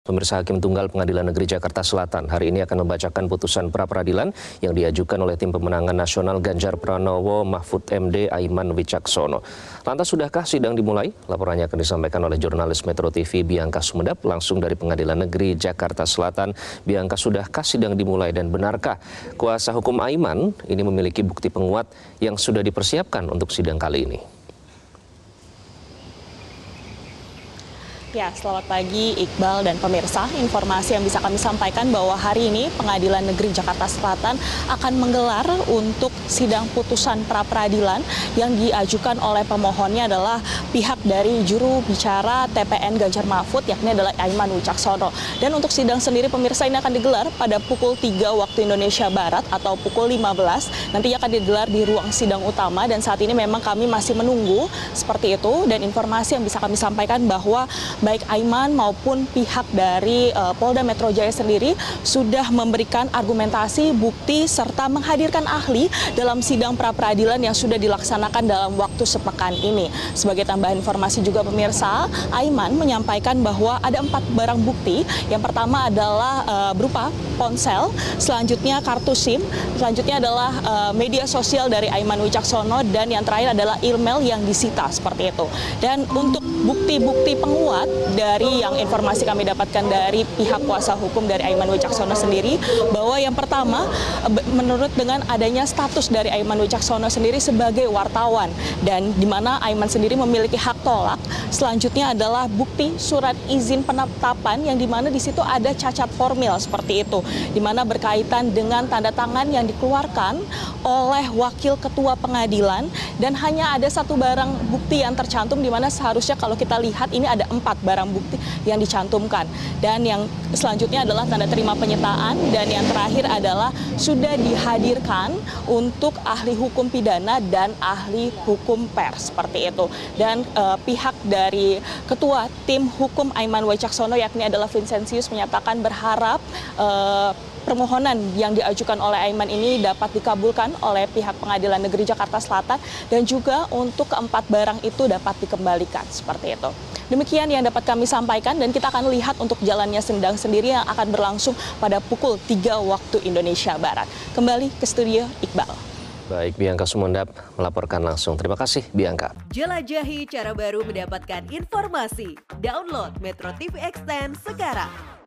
Pemirsa, Hakim Tunggal Pengadilan Negeri Jakarta Selatan hari ini akan membacakan putusan pra-peradilan yang diajukan oleh tim pemenangan nasional Ganjar Pranowo Mahfud MD Aiman Wicaksono. Lantas sudahkah sidang dimulai? Laporannya akan disampaikan oleh jurnalis Metro TV Bianca Sumedap langsung dari Pengadilan Negeri Jakarta Selatan. Bianca, sudahkah sidang dimulai dan benarkah kuasa hukum Aiman ini memiliki bukti penguat yang sudah dipersiapkan untuk sidang kali ini? Ya, selamat pagi Iqbal dan pemirsa. Informasi yang bisa kami sampaikan bahwa hari ini Pengadilan Negeri Jakarta Selatan akan menggelar untuk sidang putusan pra-peradilan yang diajukan oleh pemohonnya adalah pihak dari juru bicara TPN Ganjar Mahfud, yakni adalah Aiman Wicaksono. Dan untuk sidang sendiri pemirsa ini akan digelar pada pukul 3 waktu Indonesia Barat atau pukul 15. Nantinya akan digelar di ruang sidang utama dan saat ini memang kami masih menunggu seperti itu. Dan informasi yang bisa kami sampaikan bahwa baik Aiman maupun pihak dari Polda Metro Jaya sendiri sudah memberikan argumentasi, bukti, serta menghadirkan ahli dalam sidang pra-peradilan yang sudah dilaksanakan dalam waktu sepekan ini. Sebagai tambahan informasi juga pemirsa, Aiman menyampaikan bahwa ada 4 barang bukti. Yang pertama adalah berupa ponsel, selanjutnya kartu SIM, selanjutnya adalah media sosial dari Aiman Wicaksono, dan yang terakhir adalah email yang disita seperti itu. Dan untuk bukti-bukti penguat dari yang informasi kami dapatkan dari pihak kuasa hukum dari Aiman Wicaksono sendiri, bahwa yang pertama menurut dengan adanya status dari Aiman Wicaksono sendiri sebagai wartawan dan di mana Aiman sendiri memiliki hak tolak. Selanjutnya adalah bukti surat izin penetapan yang di mana di situ ada cacat formil seperti itu, di mana berkaitan dengan tanda tangan yang dikeluarkan oleh wakil ketua pengadilan, dan hanya ada 1 barang bukti yang tercantum, di mana seharusnya kalau kita lihat ini ada 4 barang bukti yang dicantumkan. Dan yang selanjutnya adalah tanda terima penyitaan, dan yang terakhir adalah sudah dihadirkan untuk ahli hukum pidana dan ahli hukum pers seperti itu. Dan pihak dari ketua tim hukum Aiman Wicaksono yakni adalah Vincentius menyatakan berharap permohonan yang diajukan oleh Aiman ini dapat dikabulkan oleh pihak Pengadilan Negeri Jakarta Selatan, dan juga untuk keempat barang itu dapat dikembalikan seperti itu. Demikian yang dapat kami sampaikan, dan kita akan lihat untuk jalannya sidang sendiri yang akan berlangsung pada pukul 3 waktu Indonesia Barat. Kembali ke studio Iqbal. Baik, Bianca Sumedap melaporkan langsung. Terima kasih, Bianca. Jelajahi cara baru mendapatkan informasi. Download Metro TV Extend sekarang.